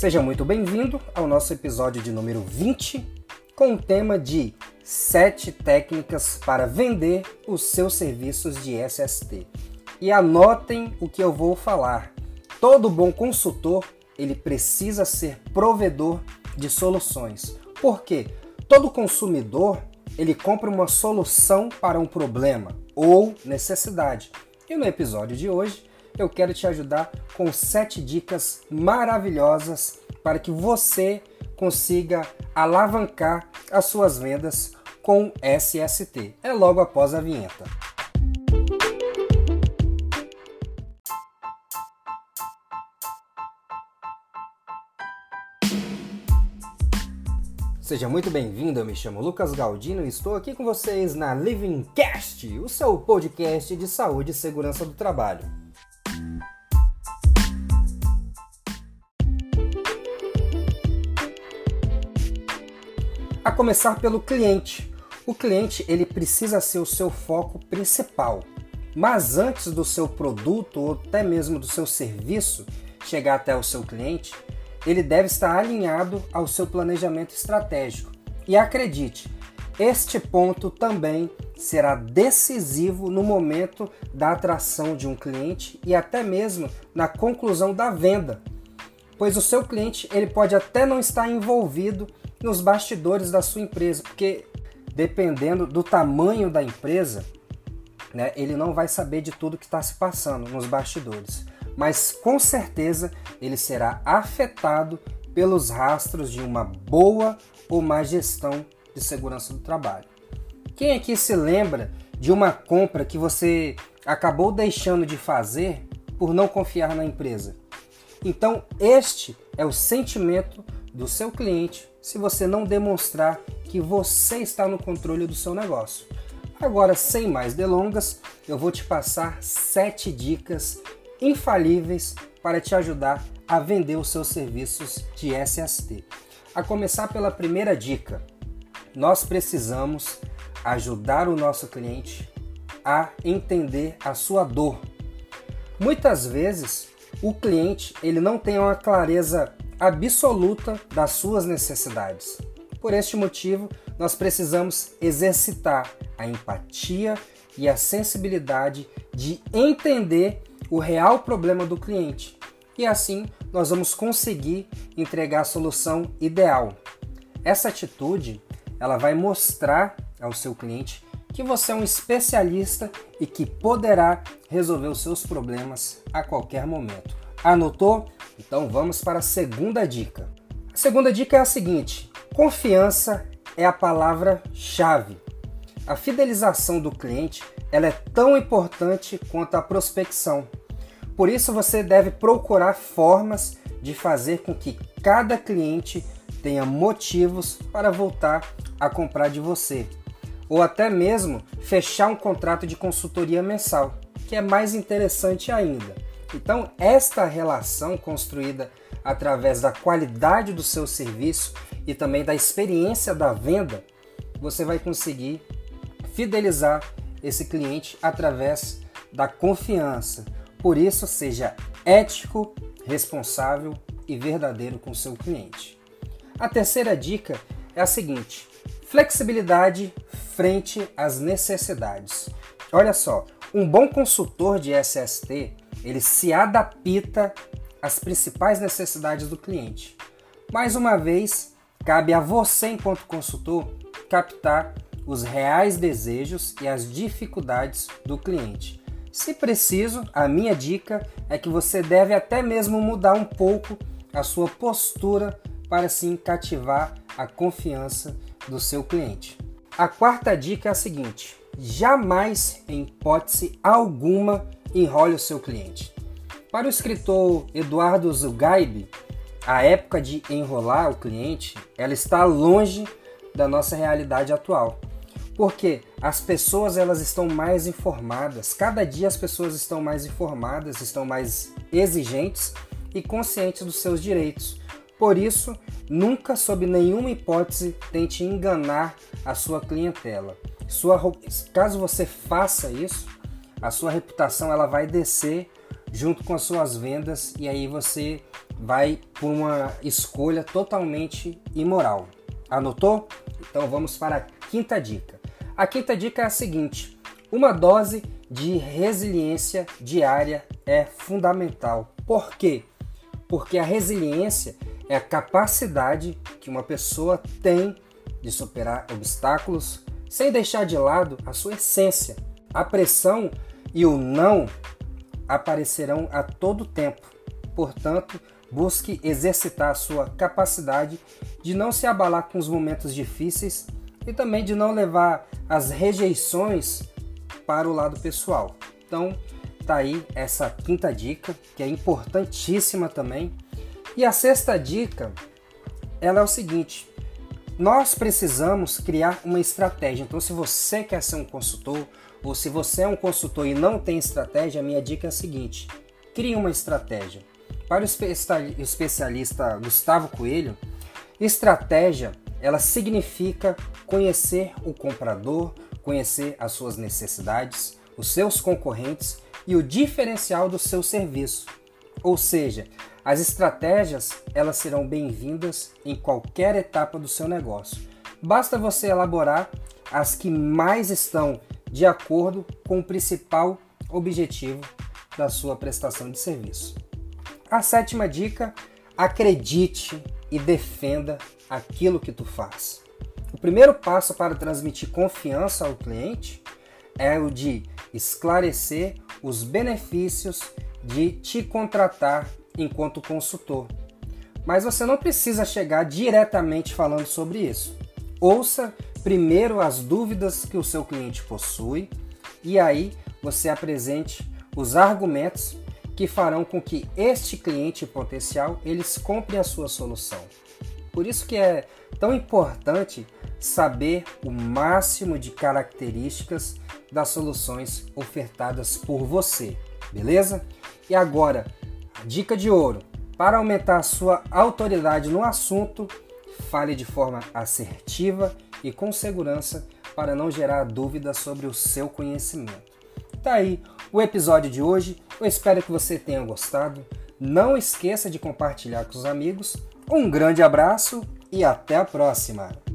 Seja muito bem-vindo ao nosso episódio de número 20, com o tema de 7 técnicas para vender os seus serviços de SST. E anotem o que eu vou falar. Todo bom consultor, ele precisa ser provedor de soluções. Por quê? Todo consumidor, ele compra uma solução para um problema ou necessidade. E no episódio de hoje, eu quero te ajudar com 7 dicas maravilhosas para que você consiga alavancar as suas vendas com SST. É logo após a vinheta. Seja muito bem-vindo, eu me chamo Lucas Galdino e estou aqui com vocês na Livingcast, o seu podcast de saúde e segurança do trabalho. A começar pelo cliente. O cliente ele precisa ser o seu foco principal, mas antes do seu produto ou até mesmo do seu serviço chegar até o seu cliente, ele deve estar alinhado ao seu planejamento estratégico. E acredite, este ponto também será decisivo no momento da atração de um cliente e até mesmo na conclusão da venda, pois o seu cliente ele pode até não estar envolvido nos bastidores da sua empresa, porque dependendo do tamanho da empresa, né, ele não vai saber de tudo que está se passando nos bastidores. Mas com certeza ele será afetado pelos rastros de uma boa ou má gestão de segurança do trabalho. Quem aqui se lembra de uma compra que você acabou deixando de fazer por não confiar na empresa? Então este é o sentimento do seu cliente se você não demonstrar que você está no controle do seu negócio. Agora, sem mais delongas, eu vou te passar 7 dicas infalíveis para te ajudar a vender os seus serviços de SST. A começar pela primeira dica, nós precisamos ajudar o nosso cliente a entender a sua dor. Muitas vezes, o cliente ele não tem uma clareza absoluta das suas necessidades. Por este motivo, nós precisamos exercitar a empatia e a sensibilidade de entender o real problema do cliente. E assim, nós vamos conseguir entregar a solução ideal. Essa atitude, ela vai mostrar ao seu cliente que você é um especialista e que poderá resolver os seus problemas a qualquer momento. Anotou? Então vamos para a segunda dica. A segunda dica é a seguinte: confiança é a palavra-chave. A fidelização do cliente ela é tão importante quanto a prospecção. Por isso você deve procurar formas de fazer com que cada cliente tenha motivos para voltar a comprar de você. Ou até mesmo fechar um contrato de consultoria mensal, que é mais interessante ainda. Então, esta relação construída através da qualidade do seu serviço e também da experiência da venda, você vai conseguir fidelizar esse cliente através da confiança. Por isso, seja ético, responsável e verdadeiro com o seu cliente. A terceira dica é a seguinte: flexibilidade frente às necessidades. Olha só, um bom consultor de SST ele se adapta às principais necessidades do cliente. Mais uma vez, cabe a você, enquanto consultor, captar os reais desejos e as dificuldades do cliente. Se preciso, a minha dica é que você deve até mesmo mudar um pouco a sua postura para assim cativar a confiança do seu cliente. A quarta dica é a seguinte: jamais, em hipótese alguma, enrole o seu cliente. Para o escritor Eduardo Zugaib, a época de enrolar o cliente, ela está longe da nossa realidade atual. Porque as pessoas elas estão mais informadas, cada dia as pessoas estão mais informadas, estão mais exigentes e conscientes dos seus direitos. Por isso, nunca, sob nenhuma hipótese, tente enganar a sua clientela. Caso você faça isso, a sua reputação ela vai descer junto com as suas vendas, e aí você vai por uma escolha totalmente imoral. Anotou? Então vamos para a quinta dica. A quinta dica é a seguinte: uma dose de resiliência diária é fundamental. Por quê? Porque a resiliência é a capacidade que uma pessoa tem de superar obstáculos sem deixar de lado a sua essência. A pressão e o não aparecerão a todo tempo. Portanto, busque exercitar a sua capacidade de não se abalar com os momentos difíceis e também de não levar as rejeições para o lado pessoal. Então, tá aí essa quinta dica, que é importantíssima também. E a sexta dica, ela é o seguinte: nós precisamos criar uma estratégia. Então, se você quer ser um consultor, ou se você é um consultor e não tem estratégia, a minha dica é a seguinte: crie uma estratégia. Para o especialista Gustavo Coelho, estratégia, ela significa conhecer o comprador, conhecer as suas necessidades, os seus concorrentes e o diferencial do seu serviço. Ou seja, as estratégias, elas serão bem-vindas em qualquer etapa do seu negócio. Basta você elaborar as que mais estão de acordo com o principal objetivo da sua prestação de serviço. A sétima dica: acredite e defenda aquilo que tu faz. O primeiro passo para transmitir confiança ao cliente é o de esclarecer os benefícios de te contratar enquanto consultor. Mas você não precisa chegar diretamente falando sobre isso. Ouça primeiro as dúvidas que o seu cliente possui e aí você apresente os argumentos que farão com que este cliente potencial eles comprem a sua solução. Por isso que é tão importante saber o máximo de características das soluções ofertadas por você, beleza? E agora, a dica de ouro: para aumentar a sua autoridade no assunto, fale de forma assertiva e com segurança para não gerar dúvidas sobre o seu conhecimento. Tá aí o episódio de hoje, eu espero que você tenha gostado. Não esqueça de compartilhar com os amigos. Um grande abraço e até a próxima!